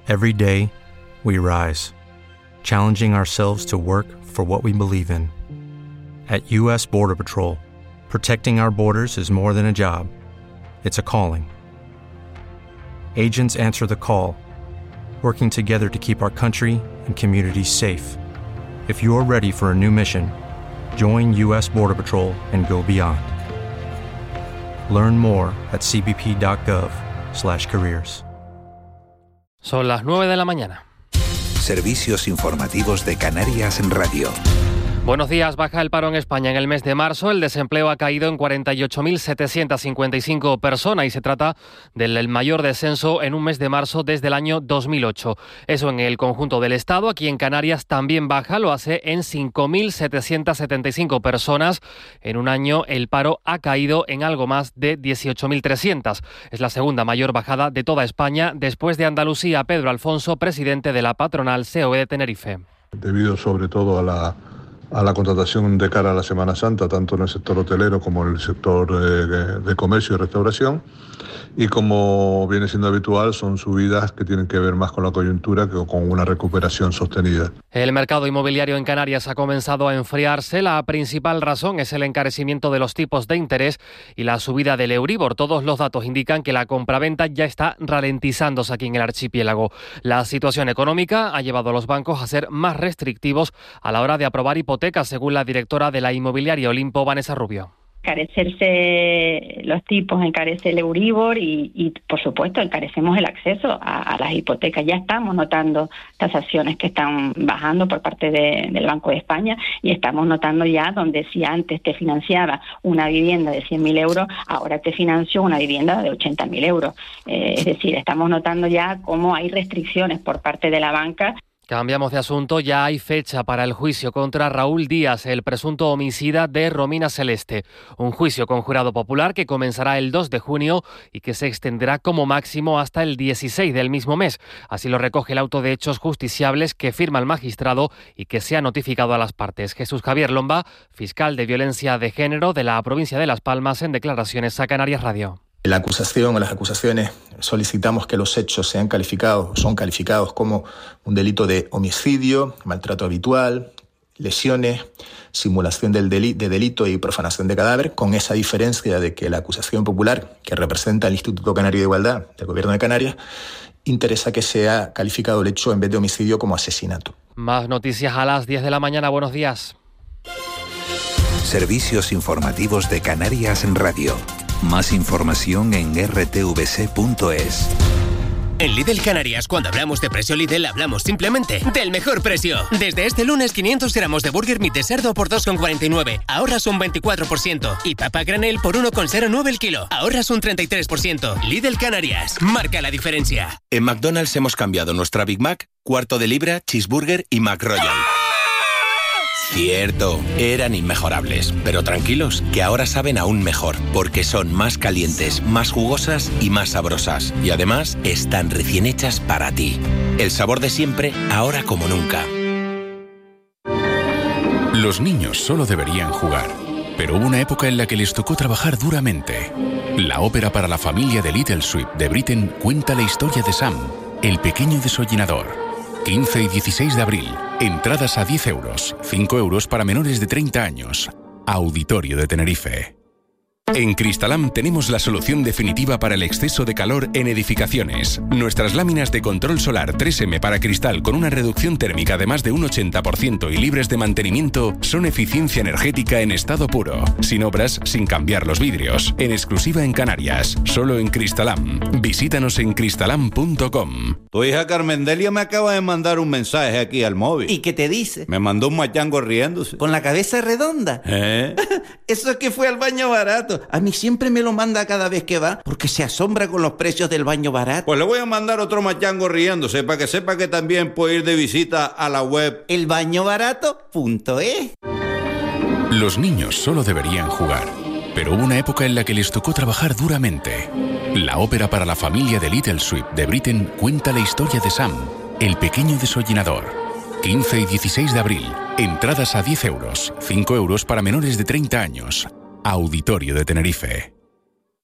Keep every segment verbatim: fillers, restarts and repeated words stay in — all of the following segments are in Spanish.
Every day, we rise, challenging ourselves to work for what we believe in. At U S Border Patrol, protecting our borders is more than a job. It's a calling. Agents answer the call, working together to keep our country and communities safe. If you're ready for a new mission, join U S Border Patrol and go beyond. Learn more at c b p dot gov slash careers. Son las nueve de la mañana. Servicios informativos de Canarias en Radio. Buenos días. Baja el paro en España en el mes de marzo. El desempleo ha caído en cuarenta y ocho mil setecientas cincuenta y cinco personas y se trata del mayor descenso en un mes de marzo desde el año dos mil ocho. Eso en el conjunto del Estado. Aquí en Canarias también baja, lo hace en cinco mil setecientas setenta y cinco personas. En un año el paro ha caído en algo más de dieciocho mil trescientas. Es la segunda mayor bajada de toda España después de Andalucía. Pedro Alfonso, presidente de la patronal C O E de Tenerife. Debido sobre todo a la a la contratación de cara a la Semana Santa, tanto en el sector hotelero como en el sector eh, de comercio y restauración. Y como viene siendo habitual, son subidas que tienen que ver más con la coyuntura que con una recuperación sostenida. El mercado inmobiliario en Canarias ha comenzado a enfriarse. La principal razón es el encarecimiento de los tipos de interés y la subida del Euribor. Todos los datos indican que la compraventa ya está ralentizándose aquí en el archipiélago. La situación económica ha llevado a los bancos a ser más restrictivos a la hora de aprobar hipotecas, según la directora de la inmobiliaria Olimpo, Vanessa Rubio. Encarecerse los tipos, encarece el Euribor y, y por supuesto, encarecemos el acceso a, a las hipotecas. Ya estamos notando tasaciones que están bajando por parte de, del Banco de España y estamos notando ya donde si antes te financiaba una vivienda de cien mil euros, ahora te financió una vivienda de ochenta mil euros. Eh, es decir, estamos notando ya cómo hay restricciones por parte de la banca. Cambiamos de asunto. Ya hay fecha para el juicio contra Raúl Díaz, el presunto homicida de Romina Celeste. Un juicio con jurado popular que comenzará el dos de junio y que se extenderá como máximo hasta el dieciséis del mismo mes. Así lo recoge el auto de hechos justiciables que firma el magistrado y que se ha notificado a las partes. Jesús Javier Lomba, fiscal de violencia de género de la provincia de Las Palmas, en declaraciones a Canarias Radio. La acusación o las acusaciones solicitamos que los hechos sean calificados, son calificados como un delito de homicidio, maltrato habitual, lesiones, simulación del deli- de delito y profanación de cadáver, con esa diferencia de que la acusación popular, que representa el Instituto Canario de Igualdad del Gobierno de Canarias, interesa que sea calificado el hecho en vez de homicidio como asesinato. Más noticias a las diez de la mañana. Buenos días. Servicios informativos de Canarias en Radio. Más información en r t v c punto es. En Lidl Canarias, cuando hablamos de precio Lidl, hablamos simplemente del mejor precio. Desde este lunes, quinientos gramos de burger meat de cerdo por dos con cuarenta y nueve, ahorras un veinticuatro por ciento. Y papa granel por uno con cero nueve el kilo, ahorras un treinta y tres por ciento. Lidl Canarias, marca la diferencia. En McDonald's hemos cambiado nuestra Big Mac, cuarto de libra, cheeseburger y McRoyal. Cierto, eran inmejorables, pero tranquilos, que ahora saben aún mejor, porque son más calientes, más jugosas y más sabrosas. Y además, están recién hechas para ti. El sabor de siempre, ahora como nunca. Los niños solo deberían jugar, pero hubo una época en la que les tocó trabajar duramente. La ópera para la familia de Little Sweep de Britten cuenta la historia de Sam, el pequeño desollinador. quince y dieciséis de abril. Entradas a diez euros. cinco euros para menores de treinta años. Auditorio de Tenerife. En Cristalam tenemos la solución definitiva para el exceso de calor en edificaciones. Nuestras láminas de control solar tres eme para cristal con una reducción térmica de más de un ochenta por ciento y libres de mantenimiento son eficiencia energética en estado puro. Sin obras, sin cambiar los vidrios. En exclusiva en Canarias. Solo en Cristalam. Visítanos en cristalam punto com. Tu hija Carmendelia me acaba de mandar un mensaje aquí al móvil. ¿Y qué te dice? Me mandó un machango riéndose. ¿Con la cabeza redonda? ¿Eh? Eso es que fue al baño barato. A mí siempre me lo manda cada vez que va, porque se asombra con los precios del baño barato. Pues le voy a mandar otro machango riéndose, para que sepa que también puede ir de visita a la web el baño barato punto es. Los niños solo deberían jugar, pero hubo una época en la que les tocó trabajar duramente. La ópera para la familia de Little Sweep de Britten cuenta la historia de Sam, el pequeño desollinador. quince y dieciséis de abril. Entradas a diez euros. cinco euros para menores de treinta años. Auditorio de Tenerife.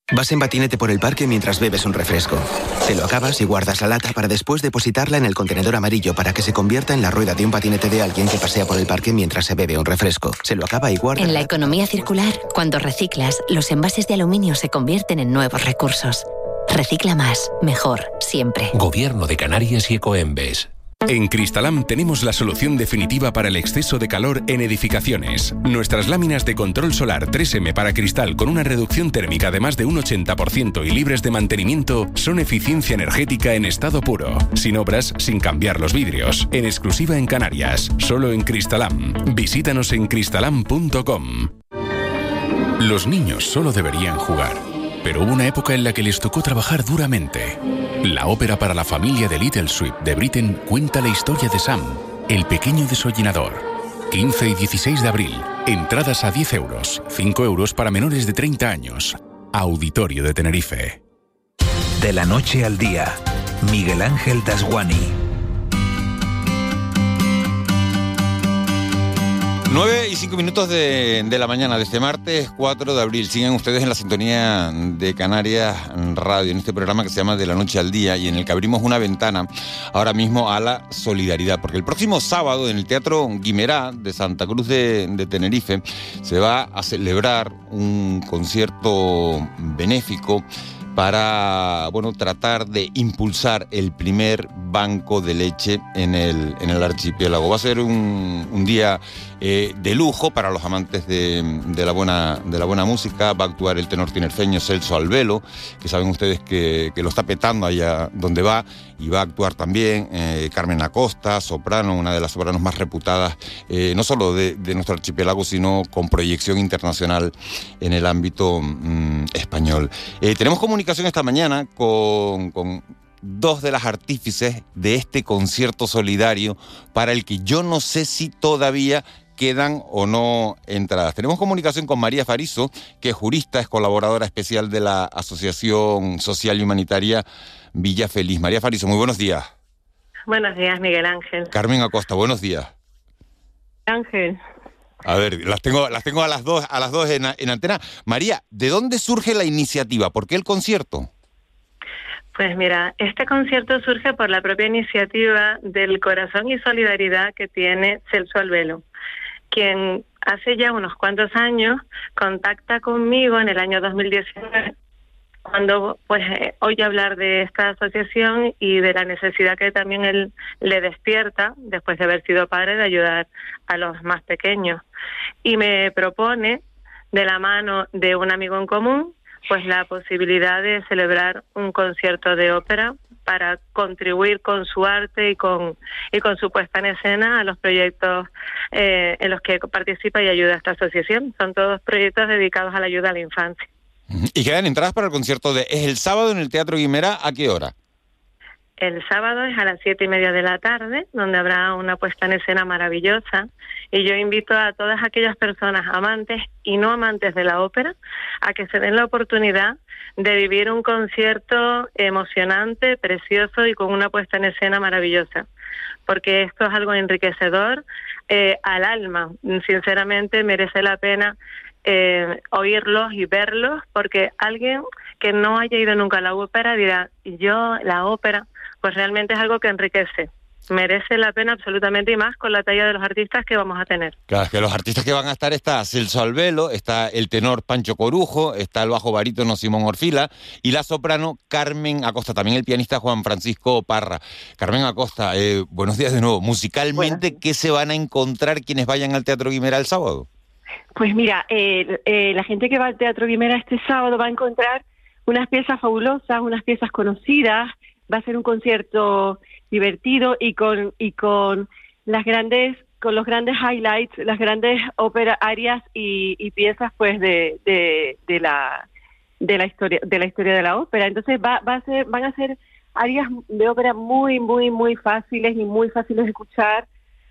Vas en patinete por el parque mientras bebes un refresco. Te lo acabas y guardas la lata para después depositarla en el contenedor amarillo para que se convierta en la rueda de un patinete de alguien que pasea por el parque mientras se bebe un refresco. Se lo acaba y guarda. En la economía circular, cuando reciclas, los envases de aluminio se convierten en nuevos recursos. Recicla más, mejor, siempre. Gobierno de Canarias y Ecoembes. En Cristalam tenemos la solución definitiva para el exceso de calor en edificaciones. Nuestras láminas de control solar tres eme para cristal con una reducción térmica de más de un ochenta por ciento y libres de mantenimiento son eficiencia energética en estado puro. Sin obras, sin cambiar los vidrios. En exclusiva en Canarias. Solo en Cristalam. Visítanos en cristalam punto com. Los niños solo deberían jugar. Pero hubo una época en la que les tocó trabajar duramente. La ópera para la familia de Little Sweep de Britten cuenta la historia de Sam, el pequeño desollinador. quince y dieciséis de abril. Entradas a diez euros. cinco euros para menores de treinta años. Auditorio de Tenerife. De la noche al día. Miguel Ángel Dasguani. nueve y cinco minutos de, de la mañana de este martes cuatro de abril. Sigan ustedes en la sintonía de Canarias Radio, en este programa que se llama De la Noche al Día y en el que abrimos una ventana ahora mismo a la solidaridad. Porque el próximo sábado en el Teatro Guimerá de Santa Cruz de, de Tenerife se va a celebrar un concierto benéfico para, bueno, tratar de impulsar el primer banco de leche en el, en el archipiélago. Va a ser un, un día eh, de lujo para los amantes de, de, la buena, de la buena música. Va a actuar el tenor tinerfeño Celso Albelo, que saben ustedes que, que lo está petando allá donde va, y va a actuar también eh, Carmen Acosta, soprano, una de las sopranos más reputadas, eh, no solo de, de nuestro archipiélago, sino con proyección internacional en el ámbito mm, español. Eh, tenemos comunicación esta mañana con, con dos de las artífices de este concierto solidario para el que yo no sé si todavía quedan o no entradas. Tenemos comunicación con María Fariso, que es jurista, es colaboradora especial de la Asociación Social y Humanitaria Villa Feliz. María Fariso, muy buenos días. Buenos días, Miguel Ángel. Carmen Acosta, buenos días. Ángel. A ver, las tengo, las tengo a las dos, a las dos en, en antena. María, ¿de dónde surge la iniciativa? ¿Por qué el concierto? Pues mira, este concierto surge por la propia iniciativa del corazón y solidaridad que tiene Celso Albelo, quien hace ya unos cuantos años contacta conmigo en el año dos mil diecinueve, cuando pues eh, oye hablar de esta asociación y de la necesidad que también él le despierta, después de haber sido padre, de ayudar a los más pequeños. Y me propone, de la mano de un amigo en común, pues la posibilidad de celebrar un concierto de ópera para contribuir con su arte y con y con su puesta en escena a los proyectos eh, en los que participa y ayuda a esta asociación. Son todos proyectos dedicados a la ayuda a la infancia. ¿Y quedan entradas para el concierto de... ¿Es el sábado en el Teatro Guimerá? ¿A qué hora? El sábado es a las siete y media de la tarde, donde habrá una puesta en escena maravillosa. Y yo invito a todas aquellas personas amantes y no amantes de la ópera a que se den la oportunidad de vivir un concierto emocionante, precioso y con una puesta en escena maravillosa. Porque esto es algo enriquecedor eh, al alma. Sinceramente merece la pena eh, oírlos y verlos, porque alguien que no haya ido nunca a la ópera dirá, yo, la ópera, pues realmente es algo que enriquece. Merece la pena absolutamente, y más con la talla de los artistas que vamos a tener. Claro, es que los artistas que van a estar está Celso Albelo, está el tenor Pancho Corujo, está el bajo barítono Simón Orfila y la soprano Carmen Acosta, también el pianista Juan Francisco Parra. Carmen Acosta, eh, buenos días de nuevo. Musicalmente, bueno, ¿qué se van a encontrar quienes vayan al Teatro Guimerá el sábado? Pues mira, eh, eh, la gente que va al Teatro Guimerá este sábado va a encontrar unas piezas fabulosas, unas piezas conocidas. Va a ser un concierto divertido y con y con las grandes con los grandes highlights, las grandes óperas, arias y, y piezas pues de, de de la de la historia de la historia de la ópera. Entonces va va a ser van a ser arias de ópera muy muy muy fáciles y muy fáciles de escuchar,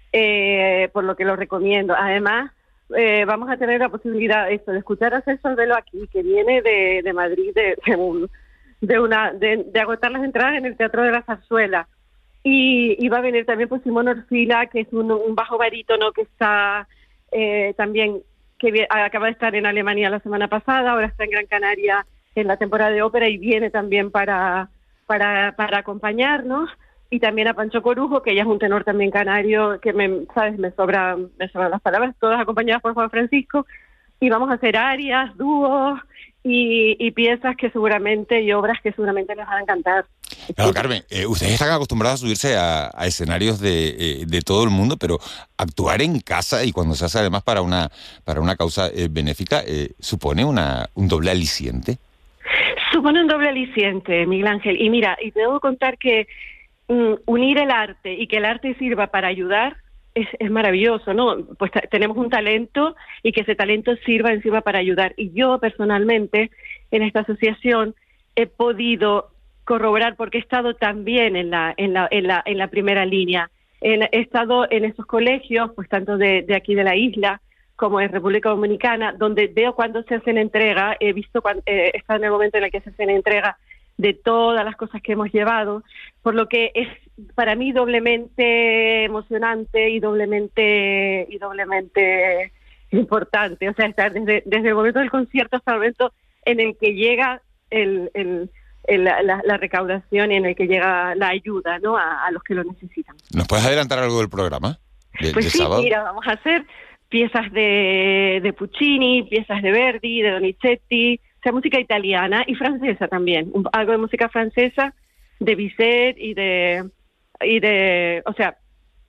eh, por lo que lo recomiendo. Además, eh, vamos a tener la posibilidad esto de escuchar a Celso Albelo aquí, que viene de, de Madrid, de, de un de una de, de agotar las entradas en el Teatro de la Zarzuela, y, y va a venir también pues Simón Orfila, que es un, un bajo barítono que está eh, también que vi, acaba de estar en Alemania la semana pasada, ahora está en Gran Canaria en la temporada de ópera y viene también para, para, para acompañarnos. Y también a Pancho Corujo, que ella es un tenor también canario, que me, sabes, me sobra, me sobran las palabras, todas acompañadas por Juan Francisco. Y vamos a hacer arias, dúos y, y piezas que seguramente, y obras que seguramente les van a encantar. Claro, Carmen, eh, ustedes están acostumbrados a subirse a, a escenarios de, eh, de todo el mundo, pero actuar en casa y cuando se hace además para una, para una causa eh, benéfica, eh, ¿supone una, un doble aliciente? Supone un doble aliciente, Miguel Ángel. Y mira, y te debo contar que mm, unir el arte y que el arte sirva para ayudar es, es maravilloso, ¿no? Pues tenemos un talento y que ese talento sirva encima para ayudar. Y yo personalmente en esta asociación he podido corroborar, porque he estado también en la en la en la, en la primera línea. En, he estado en esos colegios, pues tanto de, de aquí de la isla como en República Dominicana, donde veo cuando se hacen entrega, he visto cuando eh, está en el momento en el que se hacen entrega de todas las cosas que hemos llevado, por lo que es para mí doblemente emocionante y doblemente y doblemente importante, o sea, estar desde, desde el momento del concierto hasta el momento en el que llega el, el, el la, la recaudación y en el que llega la ayuda, ¿no?, a, a los que lo necesitan. ¿Nos puedes adelantar algo del programa? De, pues de sí, sábado? Mira, vamos a hacer piezas de, de Puccini, piezas de Verdi, de Donizetti, o sea, música italiana y francesa también, un, algo de música francesa, de Bizet y de, y de, o sea,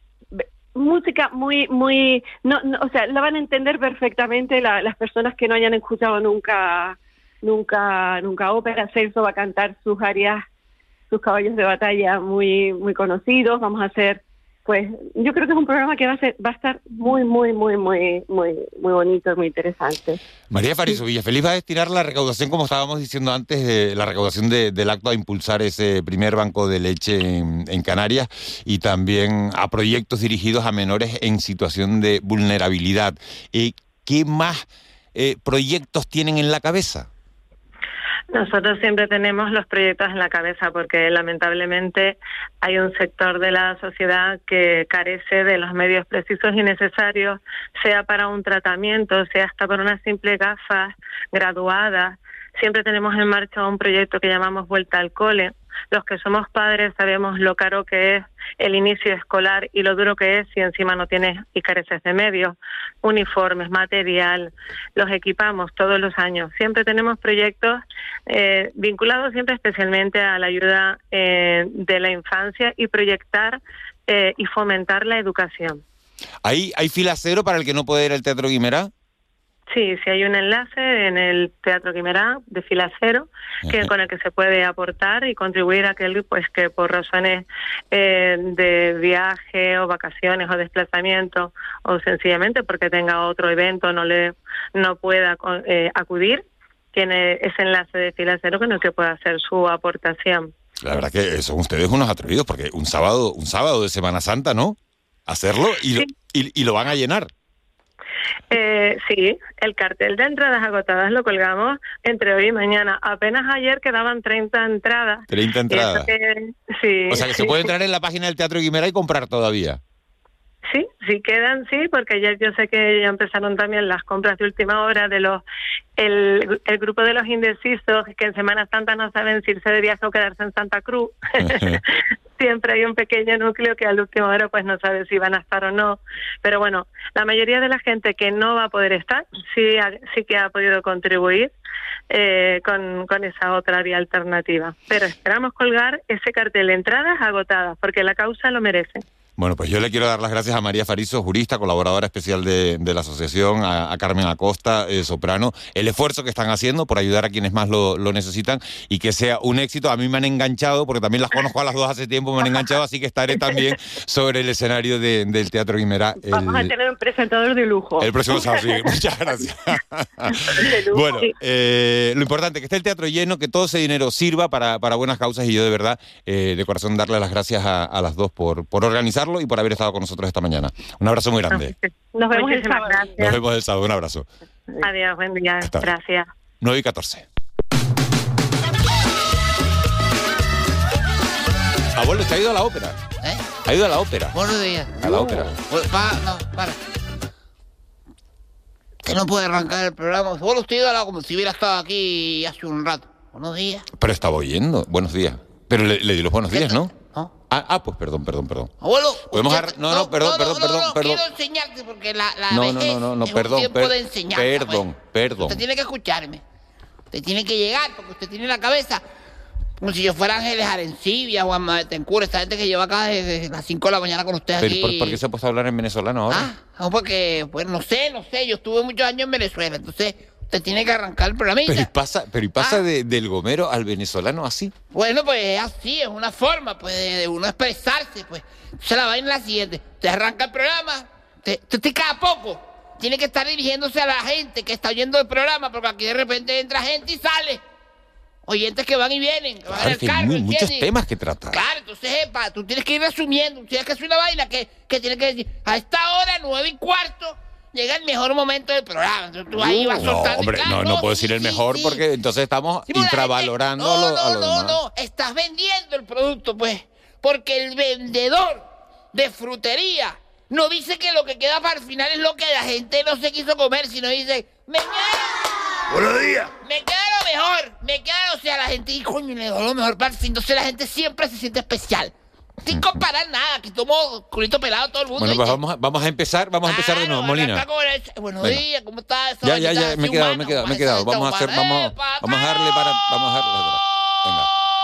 música muy, muy, no, no, o sea, la van a entender perfectamente la, las personas que no hayan escuchado nunca, nunca, nunca ópera. Celso va a cantar sus arias, sus caballos de batalla muy, muy conocidos. Vamos a hacer, pues, yo creo que es un programa que va a ser, va a estar muy, muy, muy, muy, muy, muy bonito, muy interesante. María Fariso Villafeliz va a destinar la recaudación, como estábamos diciendo antes, de la recaudación de, del acto a impulsar ese primer banco de leche en, en Canarias y también a proyectos dirigidos a menores en situación de vulnerabilidad. Eh, ¿Qué más eh, proyectos tienen en la cabeza? Nosotros siempre tenemos los proyectos en la cabeza porque lamentablemente hay un sector de la sociedad que carece de los medios precisos y necesarios, sea para un tratamiento, sea hasta para unas simples gafas graduadas. Siempre tenemos en marcha un proyecto que llamamos Vuelta al Cole. Los que somos padres sabemos lo caro que es el inicio escolar y lo duro que es si encima no tienes y careces de medios, uniformes, material, los equipamos todos los años. Siempre tenemos proyectos eh, vinculados siempre especialmente a la ayuda eh, de la infancia y proyectar eh, y fomentar la educación. ¿Hay, ¿Hay fila cero para el que no puede ir al Teatro Guimerá? Sí, sí hay un enlace en el Teatro Guimerá de fila cero que, con el que se puede aportar y contribuir a aquel pues que por razones eh, de viaje o vacaciones o desplazamiento o sencillamente porque tenga otro evento no le no pueda eh, acudir, tiene ese enlace de fila cero con el que puede hacer su aportación. La verdad que son ustedes unos atrevidos porque un sábado un sábado de Semana Santa, ¿no? Hacerlo y, sí. lo, y, y lo van a llenar. Eh, sí, el cartel de entradas agotadas lo colgamos entre hoy y mañana. Apenas ayer quedaban treinta entradas. treinta entradas. Que, sí, o sea que sí, se puede sí. entrar en la página del Teatro Guimerá y comprar todavía. Sí, sí quedan, sí, porque ayer yo sé que ya empezaron también las compras de última hora de los el, el grupo de los indecisos que en Semana Santa no saben si irse de viaje o quedarse en Santa Cruz. Siempre hay un pequeño núcleo que a la última hora pues no sabe si van a estar o no. Pero bueno, la mayoría de la gente que no va a poder estar sí, ha, sí que ha podido contribuir eh, con, con esa otra vía alternativa. Pero esperamos colgar ese cartel de entradas agotadas porque la causa lo merece. Bueno, pues yo le quiero dar las gracias a María Fariso, jurista, colaboradora especial de, de la asociación, a, a Carmen Acosta, eh, soprano, el esfuerzo que están haciendo por ayudar a quienes más lo, lo necesitan y que sea un éxito. A mí me han enganchado, porque también las conozco a las dos hace tiempo, me han enganchado, así que estaré también sobre el escenario de, del Teatro Guimerá. El, Vamos a tener un presentador de lujo. El próximo sábado, sí. Muchas gracias. Bueno, eh, lo importante, que esté el teatro lleno, que todo ese dinero sirva para, para buenas causas y yo de verdad, eh, de corazón, darle las gracias a, a las dos por, por organizarlo y por haber estado con nosotros esta mañana. Un abrazo muy grande. Nos vemos el sábado. Nos vemos el sábado. Un abrazo. Adiós, buen día. Hasta gracias. nueve y catorce. Abuelo, ¿te ha ido a la ópera? ¿Eh? ¿Ha ido a la ópera? Buenos días. A la ópera. Pues, pa, no, para. Que no puede arrancar el programa. Solo estoy ido a la como si hubiera estado aquí hace un rato. Buenos días. Pero estaba oyendo. Buenos días. Pero le, le di los buenos días, ¿no? No. Ah, ah, pues perdón, perdón, perdón. Abuelo. Podemos usted- agar- No, no, perdón, no, perdón, no, perdón, no, no, perdón. quiero enseñarte porque la, la No, no, vejez no, no, no, es perdón, un tiempo per- de enseñanza. perdón, pues. perdón. Usted tiene que escucharme. Usted tiene que llegar porque usted tiene la cabeza como si yo fuera Ángeles Arencibia, Juan Matencur, esta gente que lleva acá desde las cinco de la mañana con usted Pero, aquí. ¿por, por qué se ha puesto a hablar en venezolano ahora? Ah, no, porque, pues no sé, no sé, yo estuve muchos años en Venezuela, entonces usted tiene que arrancar el programita. Pero y pasa, pero y pasa de- del gomero al venezolano así. Bueno, pues es así, es una forma pues de, de uno expresarse, pues. Entonces la vaina es la siguiente, usted arranca el programa, usted, usted cada poco tiene que estar dirigiéndose a la gente que está oyendo el programa, porque aquí de repente entra gente y sale. Oyentes que van y vienen, que van en Claro, el que hay carro, mu- muchos ¿entiendes? temas que tratar. Claro, entonces, epa, tú tienes que ir resumiendo, tienes que hacer una vaina que, que tienes que decir, a esta hora, nueve y cuarto, llega el mejor momento del programa. Entonces tú ahí vas No, soltando. y hombre, claro, no, no puedo sí, decir el sí, mejor sí. porque entonces estamos Sí, porque la infravalorando gente- a lo, a no, lo no, demás. no, no, estás vendiendo el producto, pues, porque el vendedor de frutería no dice que lo que queda para el final es lo que la gente no se quiso comer, sino dice, me queda... Buenos días. Me queda lo mejor, me queda, o sea, la gente dice, coño, le doy lo mejor para el fin, entonces la gente siempre se siente especial. Sin comparar nada, que tomo culito pelado todo el mundo. Bueno, pues ¿viste? vamos a, vamos a empezar, vamos a empezar de nuevo, Molina. Arranca con el- Buenos Venga. días, ¿cómo estás? Ya, ya, ya, me he quedado, me he quedado, me he quedado. Vamos a hacer, vamos, vamos a darle para, vamos a darle. Venga.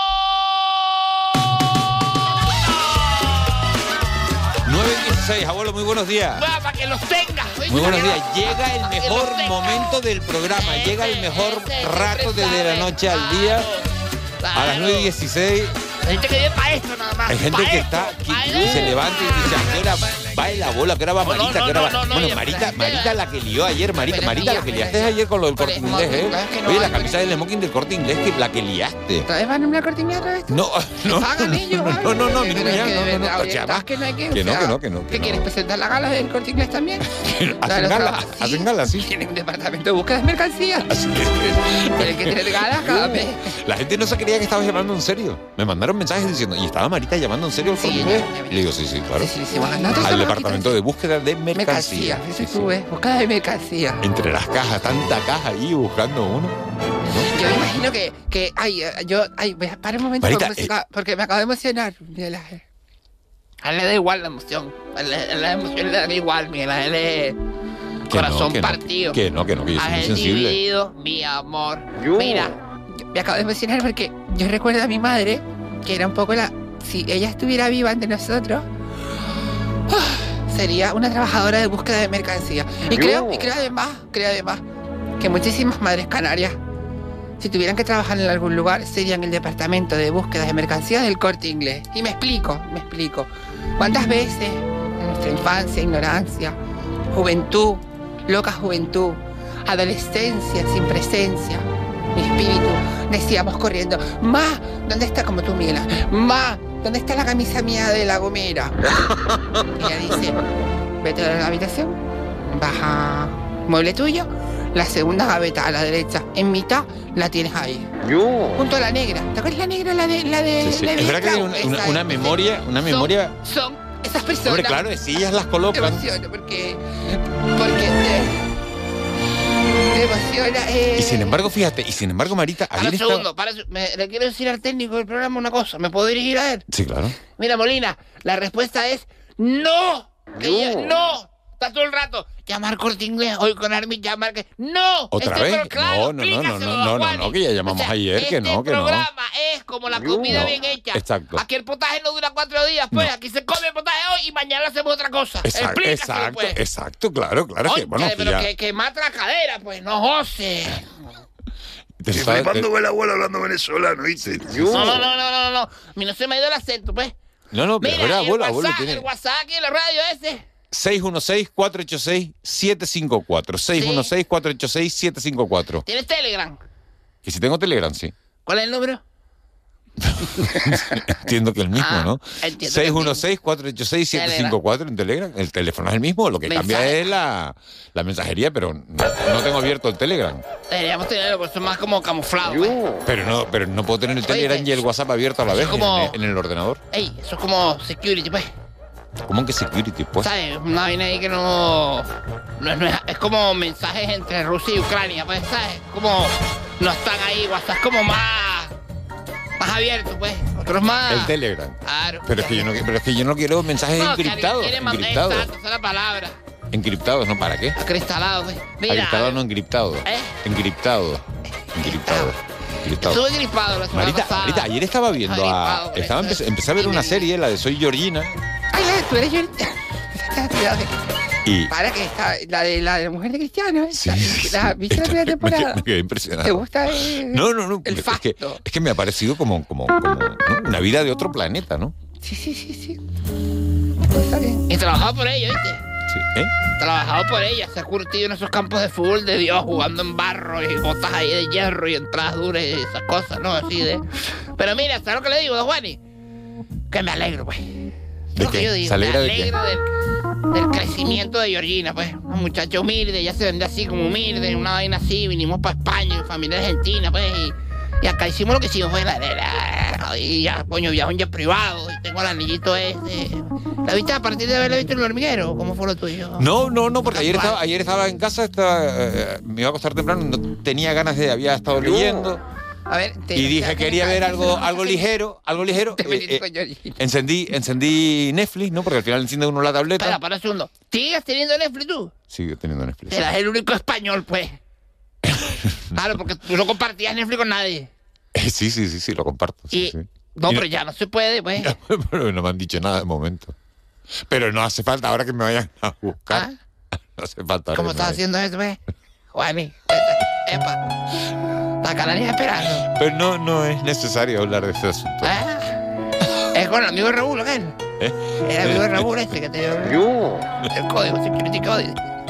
nueve dieciséis, abuelo, muy buenos días. Va, para que los tengas. ¿oíste? Muy buenos Para que días. los- Llega el para que mejor los tengas. momento del programa, llega el mejor rato desde la noche al día. A las nueve dieciséis. Hay gente que viene para esto nada más. Hay gente pa' que esto, está, que pa' se levanta y dice, ¿a qué hora va la bola? ¿A qué hora va No, no, Marita? ¿A qué hora no, va? no, no, Bueno, y Marita, enfrente, Marita la que lió ayer, Marita, Pero Marita la mía, que pero liaste mía. ayer con lo del Pero Corte es Inglés, no, ¿eh? es que no Oye, la hay- camisa del smoking del Corte Inglés, que la que liaste. ¿Otra vez van a una cortina otra vez? No, no, Pagan ellos, no, no, no, no, a mí no me Pero es llaman, que no, de no, verdad, no, oye, chava. que no hay que... Que o no, sea, que no, que no, que ¿Qué no. quieres presentar la gala del Corte Inglés también? Hacen gala, hacen gala, sí. Tienen un departamento de búsqueda de mercancías. Tienen que tener galas cada mes. La gente no se creía que estabas llamando en serio. Me mandaron mensajes diciendo, ¿y estaba Marita llamando en serio al Corte Inglés? Y le digo, sí, sí, claro. Al departamento de búsqueda de mercancía. Mercancía, eso estuve, búsqueda de mercancía. Entre las cajas, tanta caja ahí buscando uno. Yo me imagino que, que ay, eh, yo, ay, voy a parar un momento Marita, porque, música, porque me acabo de emocionar. Miguel Ángel. A él le da igual la emoción. A él, a la emoción le da igual, Miguel Ángel es Que no, corazón que no. partido. Que no, que no, que yo soy muy Ángel sensible. dividido, mi amor. Mira, yo me acabo de emocionar porque yo recuerdo a mi madre, que era un poco la... Si ella estuviera viva entre nosotros, sería una trabajadora de búsqueda de mercancía. Y creo, y creo además, creo además, que muchísimas madres canarias, si tuvieran que trabajar en algún lugar, serían el departamento de búsqueda de mercancía del Corte Inglés. Y me explico, me explico. ¿Cuántas veces en nuestra infancia, ignorancia, juventud, loca juventud, adolescencia sin presencia, mi espíritu, decíamos corriendo, ma, ¿dónde está, como tú, Miguel? Ma, ¿dónde está la camisa mía de La Gomera? Y ella dice, vete a la habitación, baja mueble tuyo, la segunda gaveta a la derecha, en mitad, la tienes ahí. Yo. Junto a la negra. ¿Te acuerdas la negra, la de la de, Sí, sí. la de Es verdad que hay Clau? una, Esa una, es. una memoria, una memoria. Son esas personas. Hombre, claro, si ellas las Me colocan. emociona porque. Porque te. Me emociona. Eh. Y sin embargo, fíjate, y sin embargo, Marita, Para ayer un estaba... segundo, para, me, le quiero decir al técnico del programa una cosa. ¿Me puedo dirigir a él? Sí, claro. Mira, Molina, la respuesta es no. Que No. ya- no. Está todo el rato. Llamar Corte Inglés, hoy con Armin, llamar que. ¡No! ¿Otra Este vez? pro- claro, No, no, no, no, explícaselo, no, no, Juani. no, que ya llamamos O sea, ayer, que este no, que no. programa es como la comida No. bien hecha. Exacto. Aquí el potaje no dura cuatro días, pues. Aquí se come el potaje hoy y mañana hacemos otra cosa. Exacto, Explícaselo, exacto, pues. exacto, claro, claro que, bueno, Óyale, que pero ya... que, que mata la cadera, pues. No, José. te Estoy sabes- flipando te- con el abuelo hablando venezolano, ¿viste? No, no, no, no, no, no. A mí no se me ha ido el acento, pues. No, no, pero Mira, era y abuelo, el abuelo WhatsApp, tiene... el WhatsApp aquí en la radio ese. seis uno seis, cuatro ocho seis, siete cinco cuatro. seis uno seis, cuatro ocho seis, siete cinco cuatro. ¿Tienes Telegram? Que si tengo Telegram, sí. ¿Cuál es el número? Entiendo que el mismo, Ah, ¿no? entiendo que seis uno seis, cuatro ocho seis, siete cinco cuatro en Telegram. El teléfono es el mismo, lo que cambia Mensaje. es la, la mensajería, pero no, no tengo abierto el Telegram. Deberíamos tenerlo, porque eso es más como camuflado. pues. Pero no, pero no puedo tener el Oye, Telegram y el WhatsApp abierto a la eso vez es como- en, en el ordenador. Ey, eso es como security, pues. ¿Cómo que security, pues? ¿Sabes? Una vaina ahí que no, no, es- no es, es como mensajes entre Rusia y Ucrania, pues, ¿sabes? Como no están ahí, WhatsApp es como más Más abierto, pues. Otros más. El Telegram. Claro. Pero es que yo no, pero es que yo no quiero mensajes no, encriptados. Quiere mandar encriptados. exacto, esa es la palabra. Encriptados, ¿no? ¿Para qué? Acristalado, pues. Mira. Acristalado, no encriptado. ¿Eh? Encriptado. Encriptado. Encriptado. Estuve gripado la semana Marita, pasada. Marita, ayer estaba viendo gripado, a... por Estaba eso. empecé, empecé a ver una serie, la de Soy Georgina. Ay, la de tú eres Georgina. Y... Para que está, la de la de mujer de Cristiano, ¿eh? Sí, la, la, ¿viste la primera temporada? Me quedé impresionado. ¿Te gusta el, No, no, no. el es, facto? que, es que me ha parecido como, como, como ¿no? una vida de otro planeta, ¿no? Sí, sí, sí, sí. Está bien. Y trabajado por ello, ¿viste? Sí. ¿Eh? Trabajado por ella, se ha curtido en esos campos de fútbol de Dios, jugando en barro y botas ahí de hierro y entradas duras y esas cosas, ¿no? Así de... Pero mira, ¿sabes lo que le digo, don Juani? Que me alegro, pues. ¿De Lo qué? que yo digo, ¿Se alegra me de qué? alegro del, del crecimiento de Georgina, pues. Una muchacha humilde, ya se vende así como humilde, una vaina así, vinimos para España, familia argentina, pues, y, y acá hicimos lo que hicimos, fue la, la, la, y ya, coño, viajo en jet privado, y tengo el anillito ese. ¿La viste a partir de haberla visto en el hormiguero? ¿Cómo fue lo tuyo? No, no, no, porque ayer estaba, ayer estaba en casa, estaba, eh, me iba a acostar temprano, no tenía ganas de, había estado leyendo. A ver, te, y dije, quería ver algo, algo ligero, algo ligero. Eh, eh, encendí, encendí Netflix, ¿no? Porque al final enciende uno la tableta. Espera, para un segundo. ¿Sigues teniendo Netflix tú? Sigue teniendo Netflix. Eras el único español, pues. Claro, porque tú no compartías Netflix con nadie. Sí, sí, sí, sí, lo comparto. Sí, y, sí. No, y pero ya no se puede, pues. Ya, pero no me han dicho nada de momento. Pero no hace falta ahora que me vayan a buscar. ¿Ah? No hace falta. ¿Cómo estás haciendo eso, pues? Juani, epa. La canaria esperando. Pero no, no es necesario hablar de ese asunto. ¿Ah? Es con el amigo de Raúl, ¿qué? ¿Eh? El amigo de Raúl este que te dio el, el código, security code.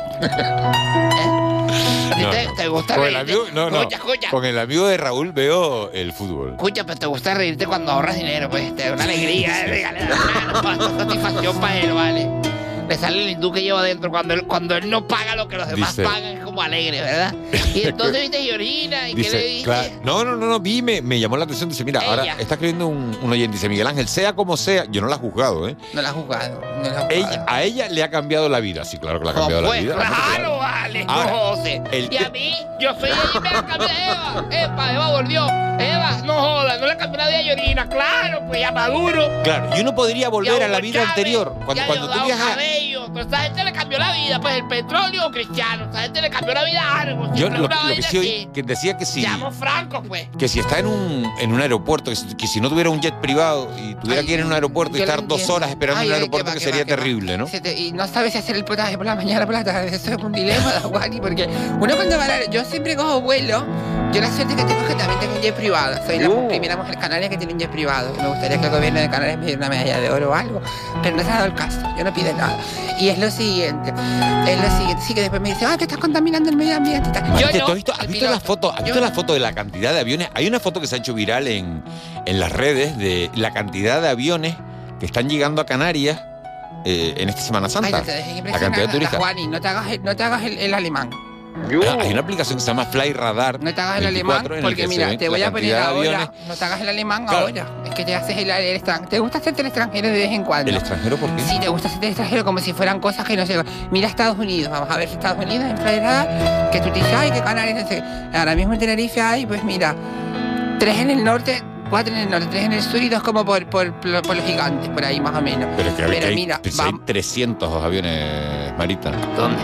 ¿Eh? No, ¿Te, no. ¿Te gusta con reírte? El amigo, no, no. Escucha, escucha. Con el amigo de Raúl veo el fútbol. Escucha, pero te gusta reírte cuando ahorras dinero, pues. Te da una alegría, sí. Le da satisfacción para él, ¿vale? Le sale el hindú que lleva adentro cuando él, cuando él no paga lo que los demás Dice, pagan, es como alegre, ¿verdad? Y entonces viste Georgina, ¿y dice, qué le dices? Claro, no, no, no, no, vi, me, me llamó la atención. Dice, mira, Ella. ahora está escribiendo un, un oyente, dice, Miguel Ángel, sea como sea, yo no la he juzgado, ¿eh? No la has juzgado, no la has juzgado. Ella, a ella le ha cambiado la vida, sí, claro que le ha cambiado no, pues, la vida. Claro, no, vale, ahora, no, José. El... Y a mí, yo soy ella y me la cambió Eva. Epa, Eva volvió. Eva, no joda, no le cambió la vida a Georgina, claro, pues ya maduro. Claro, y uno podría volver a la vida Chávez, anterior. Cuando, ya cuando tú viajas. Cabello, pero esa gente le cambió la vida, pues el petróleo cristiano, esa gente le cambió la vida a algo. Yo lo, lo que sí oí, que decía que si. Seamos francos, pues. Que si está en un, en un aeropuerto, que si, que si no tuviera un jet privado y tuviera ay, que ir en un aeropuerto y estar dos horas esperando ay, en un aeropuerto, ay, que, va, que sería va, terrible, va. ¿no? Te, y no sabes si hacer el potaje por la mañana o por la tarde. Eso es un dilema, Juani, porque uno cuando va a la, yo siempre cojo vuelo. Yo la suerte que tengo es que también tengo un jet privado. Soy la uh. primera mujer canaria que tiene un jet privado. Me gustaría que el gobierno de Canarias me diera una medalla de oro o algo, pero no se ha dado el caso. Yo no pido nada. Y es lo siguiente, es lo siguiente, sí que después me dice, ah, que estás contaminando el medio ambiente. Yo Marte, no, ¿tú has visto, has visto la foto, has visto la foto de la cantidad de aviones? Hay una foto que se ha hecho viral en, en las redes de la cantidad de aviones que están llegando a Canarias eh, en esta Semana Santa. Ay, no te dejes la cantidad de turistas. Juani, no te hagas, el, no te hagas el, el alemán. Ah, hay una aplicación que se llama Fly Radar. No te hagas el alemán, porque mira, te voy a poner ahora. No te hagas el alemán claro. ahora. Es que te haces el, el extranjero. ¿Te gusta hacerte el extranjero de vez en cuando? ¿El extranjero por qué? Sí, te gusta hacerte el extranjero como si fueran cosas que no sé. Mira Estados Unidos, vamos a ver Estados Unidos en Fly Radar, que tú te dices, ay, qué Canarias, no sé. Ahora mismo en Tenerife hay, pues mira, tres en el norte. Cuatro en el norte, tres en el sur y dos como por, por, por, por los gigantes, por ahí más o menos. Pero es que, Pero hay, mira, hay, hay trescientos aviones, Marita. ¿Dónde?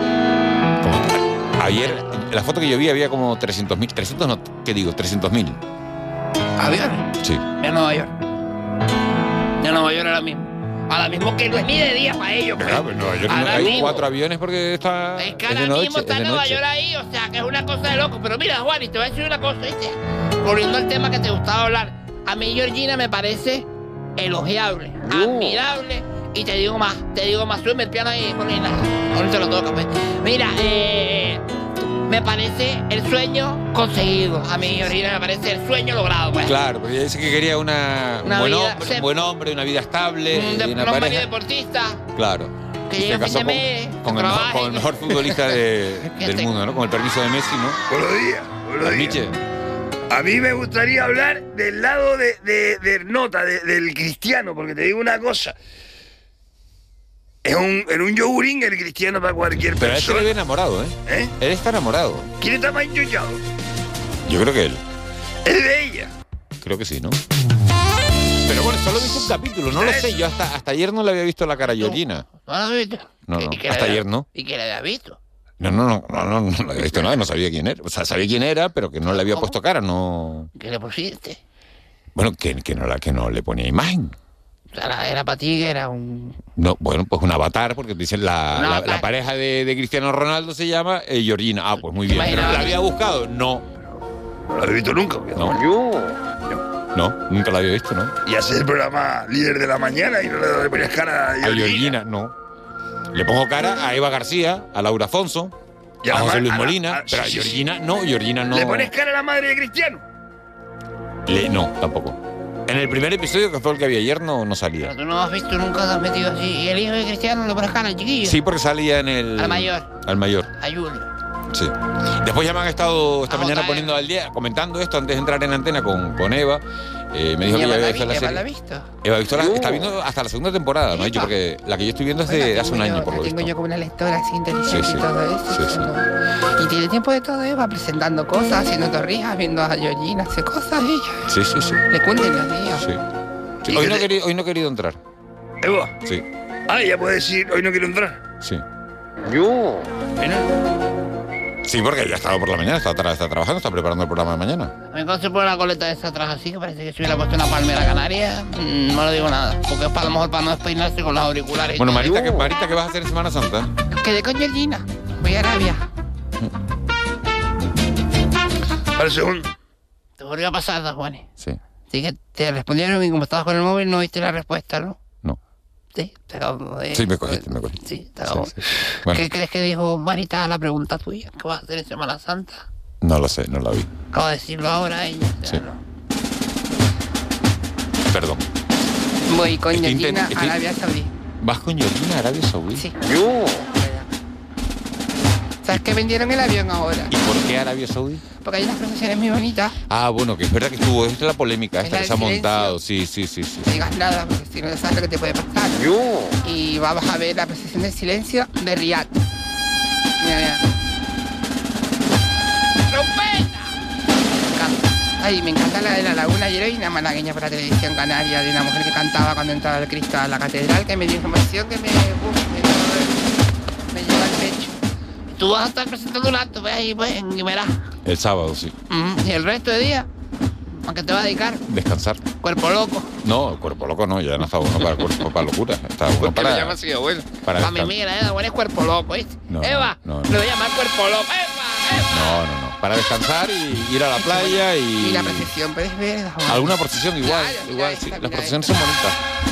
Como, ayer, en la foto que yo vi había como trescientos mil. trescientos no, ¿qué digo? trescientos mil. ¿Aviones? Sí. En Nueva York. En Nueva York ahora mismo. Ahora mismo que no es ni de día para ellos. Pues. Claro, en Nueva York no, hay mismo. cuatro aviones porque está. Es que ahora es mismo noche, está en Nueva York ahí, o sea, que es una cosa de loco. Pero mira, Juan, y te voy a decir una cosa, ¿viste? Volviendo al tema que te gustaba hablar. A mí Georgina me parece elogiable, uh. admirable. Y te digo más, te digo más. Súbeme el piano ahí, Molina. Ahora te lo toca, pues. Mira, eh. Me parece el sueño conseguido. A mí, Georgina, me parece el sueño logrado, pues. Claro, porque ella dice que quería una, una un, buen vida, hombre, se, un buen hombre, una vida estable. Un, de, y una un pareja deportista. Claro. Que llegue a fin de mes, con, con, el mejor, con el mejor futbolista de, del te... mundo, ¿no? Con el permiso de Messi, ¿no? Buenos días, buenos días. A mí me gustaría hablar del lado de, de, de Nota, de, del cristiano, porque te digo una cosa. Es un, en un yogurín el cristiano para cualquier Pero persona. Pero él se ve enamorado, ¿eh? ¿eh? Él está enamorado. ¿Quién está más enchochado? Yo creo que él. Es de ella. creo que sí, ¿no? Pero bueno, solo he visto un capítulo, no lo sé. Yo hasta, hasta ayer no le había visto la cara a Georgina. ¿No lo has visto? No, no, ¿Y qué hasta le- ayer no. ¿Y qué le habías visto? No, no, no, no, no, no, no había visto nada, no sabía quién era. O sea, sabía quién era, pero que no le había puesto cara, no... ¿Qué le pusiste? Bueno, que, que, no, la, que no le ponía imagen. O sea, era, era para ti que era un... No, bueno, pues un avatar, porque dicen la, Un la, avatar. la pareja de, de Cristiano Ronaldo se llama eh, Georgina. Ah, pues muy bien. ¿Pero Imagina- la había buscado? No. ¿No la has visto nunca? No. No, nunca la había visto, ¿no? Y haces el programa líder de la mañana y no le ponías cara a A Georgina. Georgina, no. Le pongo cara a Eva García, a Laura Afonso, Y a a la José ma- Luis a la- Molina, a- pero a sí, sí, sí. Georgina no, Georgina no. ¿Le pones cara a la madre de Cristiano? Le- no, tampoco. En el primer episodio, que fue el que había ayer, no, no salía. Pero tú no has visto nunca, te has metido así. ¿Y el hijo de Cristiano le pones cara al chiquillo? Sí, porque salía en el... Al mayor. Al mayor, A Julio. sí. Después ya me han estado esta A mañana J R. poniendo al día, comentando esto antes de entrar en antena con, con Eva. Eh, me dijo ¿Y que ya Eva había la visto la vi- Eva serie. la ha visto? Eva ha visto la- Uh. está viendo hasta la segunda temporada, me ha dicho, porque la que yo estoy viendo es de Bueno, hace un tengo año, yo- por lo Tengo visto. yo como una lectora así inteligente Sí, sí. y todo eso. Sí, sí. Y tiene tiempo de todo, Eva, presentando cosas, haciendo torrijas, viendo a Georgina, hace cosas ella. Sí, sí, sí. Le cuenten los días. Sí. Sí, Hoy, no he querido, hoy no he querido entrar. ¿Eva? Sí, Ah, ya puede decir, hoy no quiero entrar. sí. Yo. Sí, porque ya estaba por la mañana, está, tra- está trabajando, está preparando el programa de mañana. A mí cuando se pone la coleta esa atrás así, que parece que se hubiera puesto una palmera canaria, mm, no le digo nada. Porque es para lo mejor para no despeinarse con los auriculares. Bueno, Marita, ¿qué, Marita, ¿qué vas a hacer en Semana Santa? Quedé con Georgina. Voy a Arabia. Al segundo. Te volvió a pasar, da Juanes. Sí. Así que te respondieron y como estabas con el móvil no viste la respuesta, ¿no? No. Sí, te acabo de... Sí, me cogiste, me cogiste. Sí, te acabo. Sí, sí. Bueno, ¿Qué crees que dijo Marita a la pregunta tuya? ¿Qué vas a hacer en Semana Santa? no lo sé, no la vi. Acabo de decirlo ahora ella. Sí. Perdón. Voy con Estoy Georgina intent- a estoy- Arabia Saudí. ¿Vas con Georgina a Arabia Saudí? Sí. Yo. ¿Sabes que vendieron el avión ahora? ¿Y por qué Arabia Saudí? Porque hay unas procesiones muy bonitas. Ah, bueno, que es verdad que estuvo, esta es la polémica, Es esta la que se ha del montado. Sí, sí, sí, sí. No digas nada, porque si no sabes lo que te puede pasar. Yo. Y vamos a ver la procesión del silencio de Riyadh. Mira, mira. ¡Trompeta! Me encanta. Ay, me encanta la de la Laguna. Ayer oí una malagueña por la televisión canaria de una mujer que cantaba cuando entraba el Cristo a la catedral, que me dio información que me, uf, me, me lleva al pecho. Tú vas a estar presentando un acto, pues ahí, pues, en Guimerá. El sábado, sí. Mm, Y el resto de días, ¿a qué te vas a dedicar? Descansar. Cuerpo loco. No, el cuerpo loco no, ya no está bueno para cuerpo, para locura. Está bueno ¿Por qué lo para. llamas así, abuelo? para Para mi descansar. amiga, la Eva, es cuerpo loco, ¿viste? No, Eva, no, no. lo voy a llamar cuerpo loco. ¡Eva! ¡Eva! No, no, no. Para descansar y ir a la playa y. Y la procesión, pero es verdad. Alguna procesión igual, Claro, mira igual, esta, sí. Las mira procesiones son bonitas.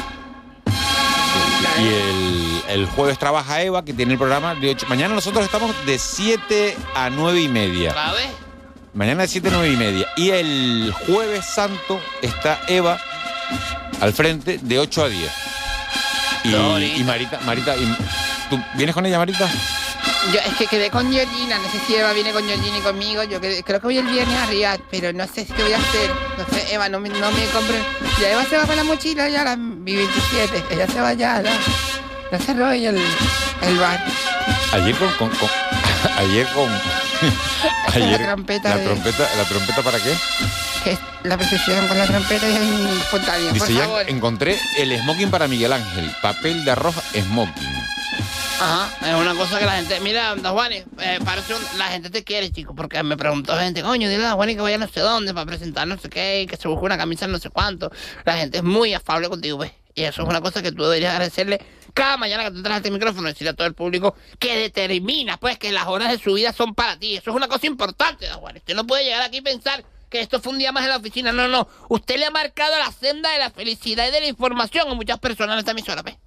Sí. Y el, el jueves trabaja Eva, que tiene el programa de ocho. Mañana nosotros estamos de siete a nueve y media. ¿La ves? Mañana de siete a nueve y media. Y el jueves santo está Eva al frente de ocho a diez. Y, y Marita, Marita, y- ¿tú vienes con ella, Marita? Yo es que quedé con Georgina, no sé si Eva viene con Georgina y conmigo. Yo quedé- creo que voy el viernes a Riyadh, pero no sé qué voy a hacer. No sé, Eva, no me, no me compre. Ya Eva se va con la mochila ya a las veintisiete. Ella se va ya, ya, ya cerró ella el, el bar. Ayer con, con- con- ayer con ayer La trompeta la de- trompeta, la trompeta ¿para qué? Que es la procesión con la trompeta y el espontáneo, por Dice, ya favor. encontré el smoking para Miguel Ángel, papel de arroz smoking. Ajá, es una cosa que la gente... Mira, Don Juanes, eh, parece un- la gente te quiere, chico, porque me preguntó gente, coño, dile a Don Juanes que vaya no sé dónde para presentar no sé qué, y que se busque una camisa no sé cuánto. La gente es muy afable contigo, pues. Y eso es una cosa que tú deberías agradecerle cada mañana que tú traes este micrófono, decirle a todo el público que determina, pues, que las horas de su vida son para ti. Eso es una cosa importante, Don Juanes. Usted no puede llegar aquí y pensar que esto fue un día más en la oficina. No, no. Usted le ha marcado la senda de la felicidad y de la información a muchas personas en esta emisora, pues.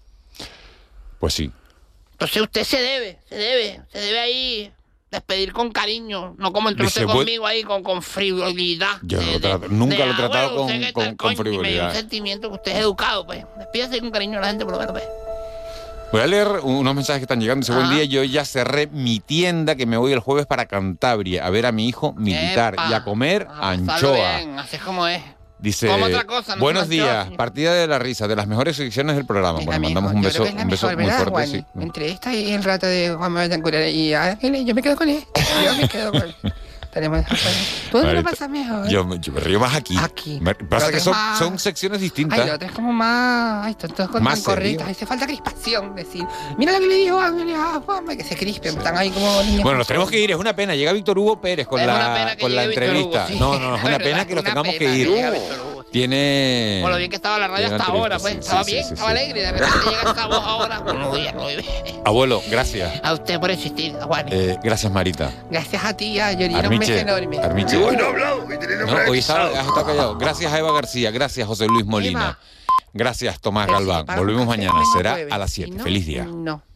Pues sí. Entonces usted se debe, se debe, se debe ahí despedir con cariño, no como entró Dice, usted voy- conmigo ahí con, con frivolidad. Yo no de- lo trato- de- nunca de, lo he ah, tratado bueno, con, usted qué con, tal, con coño, y me dio un frivolidad. sentimiento que usted es educado, pues. Despídase con cariño a la gente, por lo menos, pues. Voy a leer unos mensajes que están llegando. Dice, buen Ajá. día, yo ya cerré mi tienda que me voy el jueves para Cantabria a ver a mi hijo militar Epa. y a comer Pasarlo anchoa. bien, así es como es. Dice, Como otra cosa, no buenos son días, anchoas, sí. partida de la risa, de las mejores secciones del programa. Es Bueno, la mandamos mejor, un yo beso, creo que es la un beso mejor, muy ¿verdad, fuerte. Juani? Sí. Entre esta y el rato de Juan Manuel Betancourt y Ángeles, yo me quedo con él. Yo me quedo con él. Tenemos ¿Tú dónde lo pasas mejor? Yo, yo me río más aquí. Aquí. Me, pasa que son, más... son secciones distintas. Ay, lo otro es como más... Ay, están todos con Más tan correctas. Hace falta crispación. Decir, mira lo que le dijo Ángel a Juanma, que se crispen. Sí. Están ahí como niños. Bueno, nos tenemos que ir. Es una pena. Llega Víctor Hugo Pérez con es la, con la entrevista. Hugo, sí. No, no, es una pena que nos tengamos que ir. Que Tiene... Por lo bien que estaba la radio hasta ahora, pues. Sí, estaba sí, bien, sí, sí, estaba sí. alegre. De repente llega esta voz ahora. Muy bien, muy bien. Abuelo, gracias. A usted por existir, Juan. Eh, gracias, Marita. Gracias a ti, a Yorina, un beso enorme. Armiche. Hoy no he hablado, hoy tenés no, hoy está, has estado callado. Gracias a Eva García, gracias José Luis Molina. Eva. Gracias, Tomás Galván. Volvemos mañana, será a las siete. No, Feliz día. No.